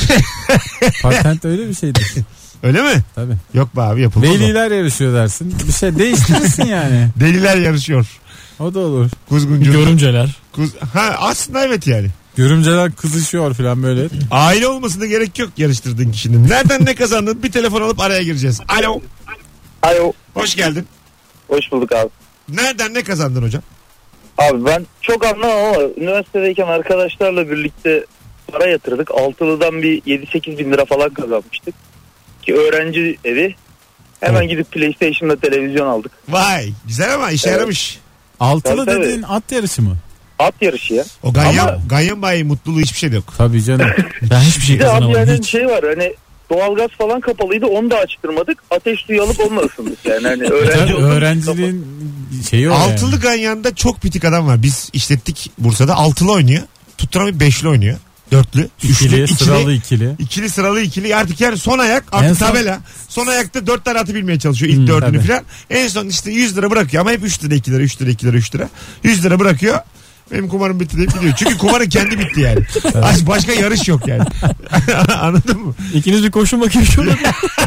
Patent öyle bir şeydir. Öyle mi? Tabii. Yok be abi yapılmaz o. Veliler yarışıyor dersin. Bir şey değiştirirsin yani. Deliler yarışıyor. O da olur. Kuzguncu. Görümceler. Ha aslında evet yani. Görümceler kızışıyor falan böyle. Aile olmasına gerek yok yarıştırdığın kişinin. Nereden ne kazandın? Bir telefon alıp araya gireceğiz. Alo. Alo. Hoş geldin. Hoş bulduk abi. Nereden ne kazandın hocam? Abi ben çok anlamam ama üniversitedeyken arkadaşlarla birlikte para yatırdık. Altılıdan bir 7-8 bin lira falan kazanmıştık. Ki öğrenci evi. Hemen gidip PlayStation'da televizyon aldık. Vay güzel ama işe yaramış. Altılı Tabii. dediğin at yarışı mı? At yarışı ya. O Ganyan Bayi mutluluğu hiçbir şey de yok. Tabii canım. Ben hiçbir şey Bir de abi kazanamadım. yani Hiç. şey var hani doğalgaz falan kapalıydı, onu da açtırmadık. Ateş suyu alıp onunla ısındık yani. Hani Tabii olduğumuz öğrenciliğin şeyi o Altılı yani. Ganyan'da çok pitik adam var. Biz işlettik Bursa'da. Altılı oynuyor. Tutturan bir beşli oynuyor. Dörtlü. İkili, sıralı ikili. İkili sıralı ikili. Artık yani son ayak En artık son- tabela. Son ayakta 4 tane atı bilmeye çalışıyor. İlk dördünü tabii. falan. En son işte 100 lira bırakıyor ama hep 3 lira 2 lira 3 lira 2 lira 3 lira. 100 lira bırakıyor. Benim kumarım bitti deyip gidiyor. Çünkü kumarın kendi bitti yani. Başka yarış yok yani. Anladın mı? İkiniz bir koşun bakayım şurada.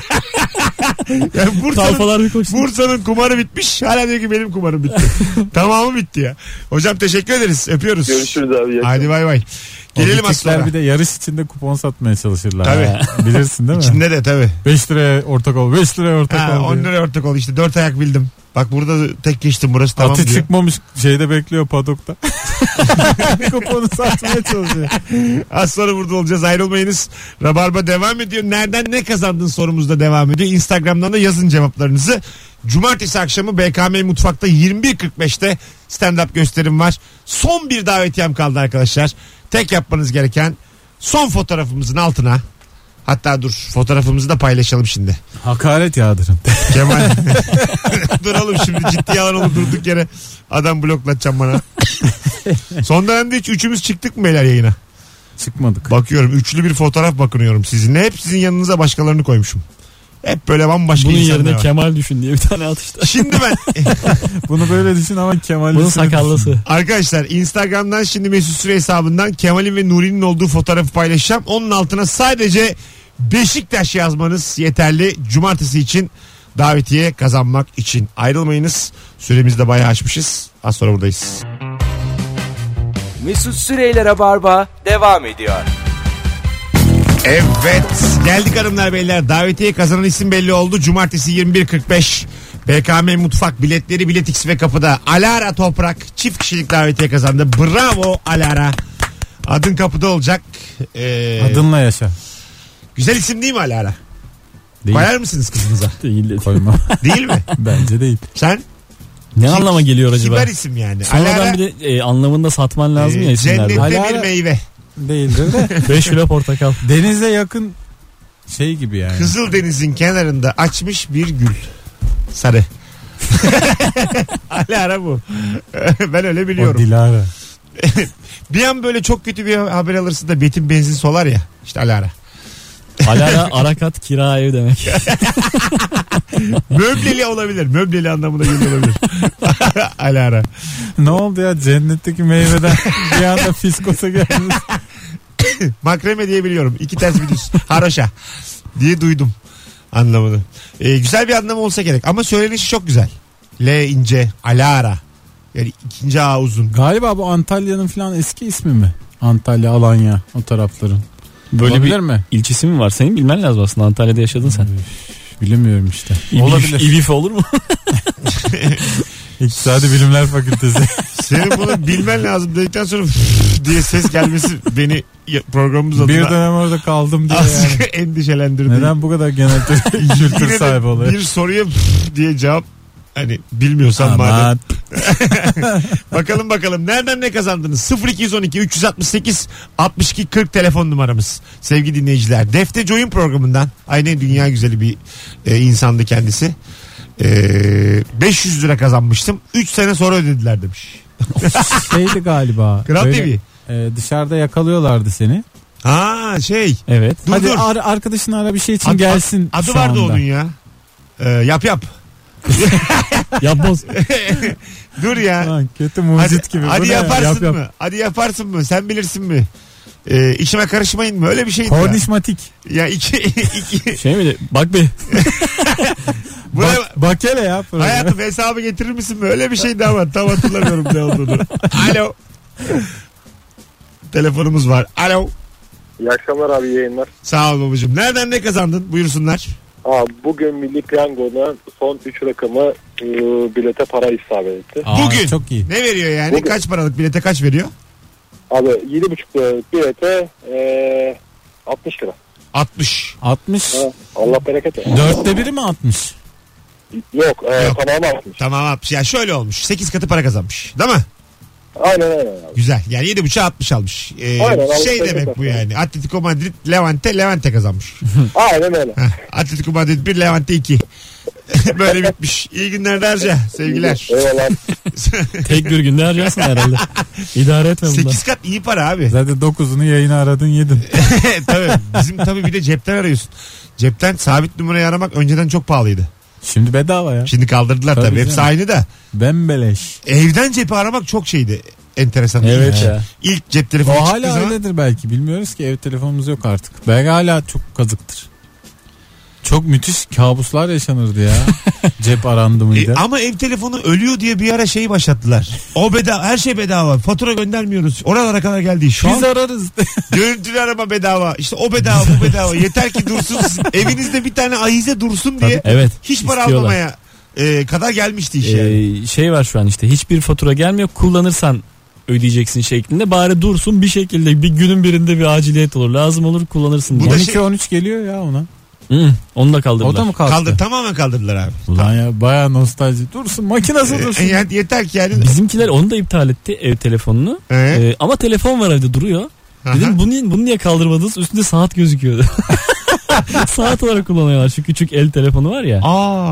Yani Talpalar bir koşsun. Bursa'nın kumarı bitmiş. Hala diyor ki benim kumarım bitti. Tamamı bitti ya. Hocam teşekkür ederiz. Öpüyoruz. Görüşürüz abi. Hadi bay bay. Gelelim az sonra. Bir de yarış içinde kupon satmaya çalışırlar. Tabii. Ha, bilirsin değil mi? İçinde de tabii. 5 liraya ortak ol. 5 liraya ortak Ha, ol. 10 diye. liraya ortak ol işte 4 ayak bildim. Bak burada tek geçtim burası tamam Atı diyor. çıkmamış şeyde bekliyor padokta. Kuponu satmaya çalışıyor. Az sonra burada olacağız, ayrılmayınız. Rabarba devam ediyor. Nereden ne kazandın sorumuz da devam ediyor. Instagram'dan da yazın cevaplarınızı. Cumartesi akşamı BKM Mutfak'ta 21.45'te stand-up gösterim var. Son bir davetiyem kaldı arkadaşlar. Tek yapmanız gereken son fotoğrafımızın altına, hatta dur fotoğrafımızı da paylaşalım şimdi. Hakaret yağdırın. Kemal dur oğlum şimdi ciddi yalan olur durduk yere adam bloklatacağım bana. Son dönemde hiç üçümüz çıktık mı beyler yayına? Çıkmadık. Bakıyorum üçlü bir fotoğraf bakınıyorum sizinle. Hep sizin yanınıza başkalarını koymuşum. Hep böyle bambaşka Bunun insanlar yerine var. Kemal düşün diye bir tane atışta. Şimdi ben Bunu böyle düşün ama Kemal'in Bunun sakallısı. arkadaşlar Instagram'dan şimdi Mesut Süre hesabından Kemal'in ve Nuri'nin olduğu fotoğrafı paylaşacağım. Onun altına sadece Beşiktaş yazmanız yeterli. Cumartesi için davetiye kazanmak için. Ayrılmayınız. Süremizi de bayağı aşmışız. Az sonra buradayız. Mesut Süreyler'e barba devam ediyor. Evet geldik hanımlar beyler, davetiye kazanan isim belli oldu. Cumartesi 21.45 BKM Mutfak biletleri Biletix ve kapıda. Alara Toprak çift kişilik davetiye kazandı. Bravo Alara. Adın kapıda olacak. Adınla yaşa. Güzel isim değil mi Alara? Değil. Koyar mısınız kızınıza? Değil dedi. Koyma. Değil mi? Bence değil. Sen? Ne anlama geliyor acaba? Kibar isim yani. Sonradan bir de anlamında satman lazım ya isimlerde. Cennette Alara- bir meyve. Değildir de. 5 kilo portakal. Denize yakın şey gibi yani. Kızıldeniz'in kenarında açmış bir gül. Sarı. Alara bu. Ben öyle O biliyorum. Dilara. Bir an böyle çok kötü bir haber alırsın da Betim benzin solar ya. İşte Alara. Alara Arakat kira ev demek. Möbleli olabilir. Möbleli anlamına geliyor olabilir. Alara. Ne oldu ya cennetteki meyveden bir anda fiskosa geldiniz. Makreme diye biliyorum. İki ters bir düz. Haroşa diye duydum anlamını. Güzel bir anlamı olsa gerek. Ama söylenişi çok güzel. L ince. Alara. Yani ikinci A uzun. Galiba bu Antalya'nın falan eski ismi mi? Antalya, Alanya o tarafların. Böyle Olabilir bir mi? ilçesi mi var? Senin bilmen lazım aslında. Antalya'da yaşadın sen. Bilemiyorum işte. Olabilir. İBİF olur mu? İktisadi Bilimler Fakültesi. Senin bunu bilmen lazım dedikten sonra diye ses gelmesi beni programımız Bir adına dönem orada kaldım diye azıcık yani. endişelendirdi. Neden bu kadar genel kültür Yine de sahibi oluyor? bir soruya diye cevap hani bilmiyorsan madem. Aman. Bakalım nereden ne kazandınız? 0212 368 62 40 telefon numaramız. Sevgili dinleyiciler. Defte Joy'un programından. Aynı dünya güzeli bir insandı kendisi. 500 lira kazanmıştım. 3 sene sonra ödediler demiş. Şeydi galiba. Kral böyle, TV. Dışarıda yakalıyorlardı seni. Ha şey. Evet. Dur, Hadi dur. arkadaşını ara bir şey için Adı- gelsin. Adı şu vardı anda. onun ya. Yap. Yapboz. Dur ya. Lan, kötü mucit Hadi, gibi. Bu hadi ne ya? yaparsın Yap, mı? yap. Hadi yaparsın mı? Sen bilirsin mi? İşime karışmayın mı? Öyle bir şeydi ya. Kornişmatik. Ya iki Şey miydi? Bak be. Buna, Bakele ya. program. hayatım hesabı getirir misin mi? Öyle bir şeydi ama tam hatırlamıyorum ne olduğunu. Alo. Telefonumuz var. Alo. İyi akşamlar abi, yayınlar. Sağ ol babacığım. Nereden ne kazandın? Buyursunlar. Bugün Milli Piyango'nun son 3 rakamı bilete para isabet etti. Bugün çok iyi. ne veriyor yani? Bugün. Kaç paralık bilete kaç veriyor? Abi 7,5 liralık bilete 60 lira. 60. 60. Allah bereket versin. 1/4 mi 60? Yok, tamamı 60. Tamam 60. Ya şöyle olmuş. 8 katı para kazanmış. Değil mi? Aynen abi. Güzel. Yani 7,5'a 60 almış. Aynen, Şey demek bu yani. Atletico Madrid Levante kazanmış. Aynen öyle. Atletico Madrid 1 Levante 2. Böyle bitmiş. İyi günler Derece. Sevgiler. Eyvallah. Tek bir günde harcarsın herhalde. İdare etme bundan. 8 kat iyi para abi. Zaten 9'unu yayını aradın yedin. Tabii. Bizim tabii bir de cepten arıyorsun. Cepten sabit numarayı aramak önceden çok pahalıydı. Şimdi bedava ya. Şimdi kaldırdılar tabii. Tabii Hepsi canım. aynı da. Bembeleş. Evden cepi aramak çok şeydi. Enteresan. Evet İlk- ya. İlk cep telefonu O çıktığı hala zaman. öyledir belki. Bilmiyoruz ki, ev telefonumuz yok artık. Belki hala çok kazıktır. Çok müthiş kabuslar yaşanırdı ya. Cep arandı mıydı? Ama ev telefonu ölüyor diye bir ara şeyi başlattılar. O bedava, her şey bedava. Fatura göndermiyoruz. Oralara kadar geldi. Şu Biz an ararız. görüntülü arama bedava. İşte o bedava, bu bedava. Yeter ki dursun. Evinizde bir tane ahize dursun diye Evet. hiç para istiyorlar. almamaya kadar gelmişti iş yani. Şey var şu an işte, hiçbir fatura gelmiyor, kullanırsan ödeyeceksin şeklinde. Bari dursun bir şekilde, bir günün birinde bir aciliyet olur, lazım olur, kullanırsın Bu diye. da 12-13 geliyor ya ona. Onu da kaldırdılar. O da mı kalktı? Tamamen kaldırdılar abi. Ulan ya baya nostalji. Dursun, makinası dursun. Yani yeter ki yani. Bizimkiler onu da iptal etti, ev telefonunu. Ama telefon var evde, duruyor. Dedim bunu niye kaldırmadınız? Üstünde saat gözüküyordu. Saat olarak kullanıyorlar, şu küçük el telefonu var ya.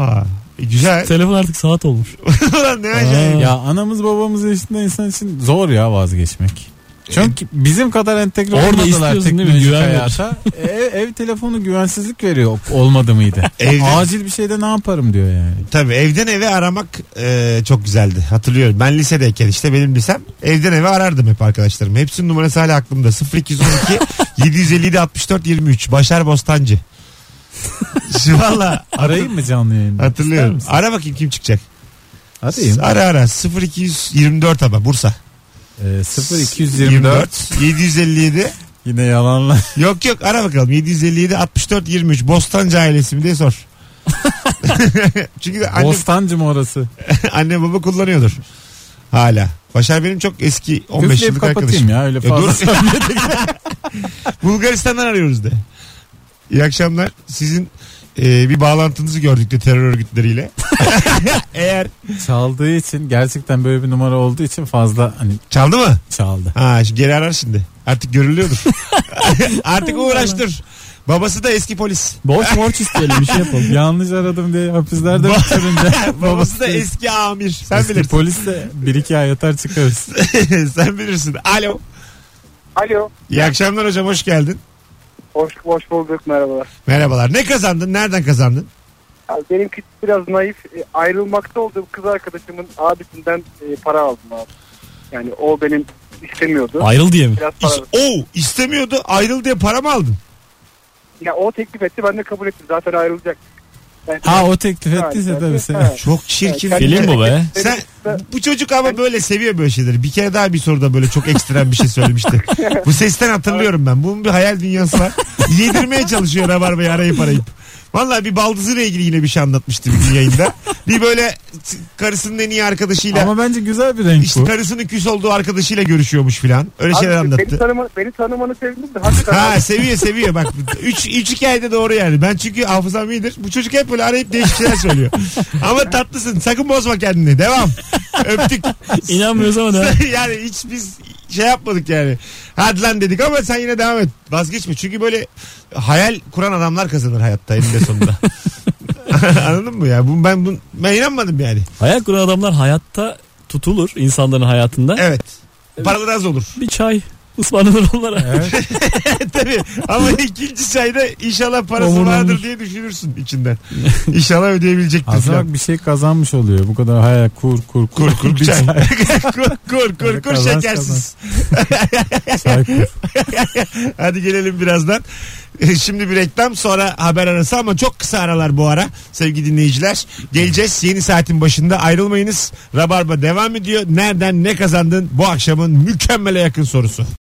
Güzel. Telefon artık saat olmuş. Ulan ne acayip. Ya anamız babamız yaşında insan için zor ya vazgeçmek. Çünkü bizim kadar entegre Orada olmadılar istiyorsun değil mi? teknolojik Güven hayata. Ev telefonu güvensizlik veriyor, olmadı mıydı? Acil bir şeyde ne yaparım diyor yani. Tabii evden eve aramak çok güzeldi. Hatırlıyorum. Ben lisedeyken işte benim lisem, evden eve arardım hep arkadaşlarım. Hepsinin numarası hala aklımda. 0212 757 64 23. Başar Bostancı. Şu valla Arayayım mı canlı yayında? hatırlıyorum. İster misin? Ara bakayım kim çıkacak. Arayayım. Ara 0224 ama Bursa. 0224 757 yine yalanlar. yok ara bakalım 757 64 23 Bostancı ailesi mi diye sor. Çünkü Bostancı mı orası? anne baba kullanıyordur hala. Başar benim çok eski 15 Üfleyip yıllık kapatayım arkadaşım. ya, öyle fazla. Bulgaristan'dan arıyoruz de. İyi akşamlar. Sizin bir bağlantınızı gördük de terör örgütleriyle. Eğer Çaldığı için, gerçekten böyle bir numara olduğu için fazla hani çaldı mı? çaldı. Geri arar şimdi. Artık görülüyordur. Artık uğraştır. Babası da eski polis. Borç isteyelim, bir şey yapalım. Yanlış aradım diye hapislerde bitirunca. Babası da eski amir. Sen Eski bilirsin. polis de 1-2 ay yatar çıkarız. Sen bilirsin. Alo. Alo. İyi akşamlar hocam, hoş geldin. Hoş bulduk, merhabalar. Merhabalar. Ne kazandın? Nereden kazandın? Abi benimki biraz naif. Ayrılmakta olduğum kız arkadaşımın abisinden para aldım abi. Yani o benim istemiyordu. Ayrıl diye mi? Biraz para. İstemiyordu. Ayrıl diye para mı aldın? Ya o teklif etti, ben de kabul ettim. Zaten ayrılacak. Yani, O teklif ettiyse tabii sen. Çok çirkin. Yani Film bu be. Sen, bu çocuk ama böyle seviyor böyle şeyleri. Bir kere daha bir soruda böyle çok ekstrem bir şey söylemişti. Bu sesten hatırlıyorum ben. Bunun bir hayal dünyası var. Yedirmeye çalışıyor Rabarba'yı arayıp. Vallahi bir baldızıyla ilgili yine bir şey anlatmıştı bir gün yayında. Bir böyle karısının en iyi arkadaşıyla. Ama bence güzel bir renk İşte bu. karısının küs olduğu arkadaşıyla görüşüyormuş filan. Öyle şeyler anlattı. Beni tanımanı sevindim de. Hakikaten. Seviyor bak. Üç hikayede doğru yani. Ben çünkü hafızam iyidir. Bu çocuk hep böyle arayıp değişik şeyler söylüyor. Ama tatlısın. Sakın bozma kendini. Devam. Öptük. İnanmıyoruz ama da. Yani hiç biz şey yapmadık yani. Hadi lan dedik ama sen yine devam et. Vazgeçme. Çünkü böyle hayal kuran adamlar kazanır hayatta eninde sonunda. Anladın mı ya? Ben inanmadım yani. Hayal kuran adamlar hayatta tutulur insanların hayatında. Evet. Paraları az olur. Bir çay ısmarlanır onlara. Evet. Tabii. Ama ikinci çayda inşallah parası Omurlanmış. vardır diye düşünürsün içinden. İnşallah ödeyebilecektir. Aslında falan. bak bir şey kazanmış oluyor. Bu kadar hayal kur Kur bir çay. çay. kur Kazanç, şekersiz. Çay kur. Hadi gelelim birazdan. Şimdi bir reklam, sonra haber arası ama çok kısa aralar bu ara sevgili dinleyiciler. Geleceğiz yeni saatin başında, ayrılmayınız. Rabarba devam ediyor. Nereden ne kazandın bu akşamın mükemmele yakın sorusu.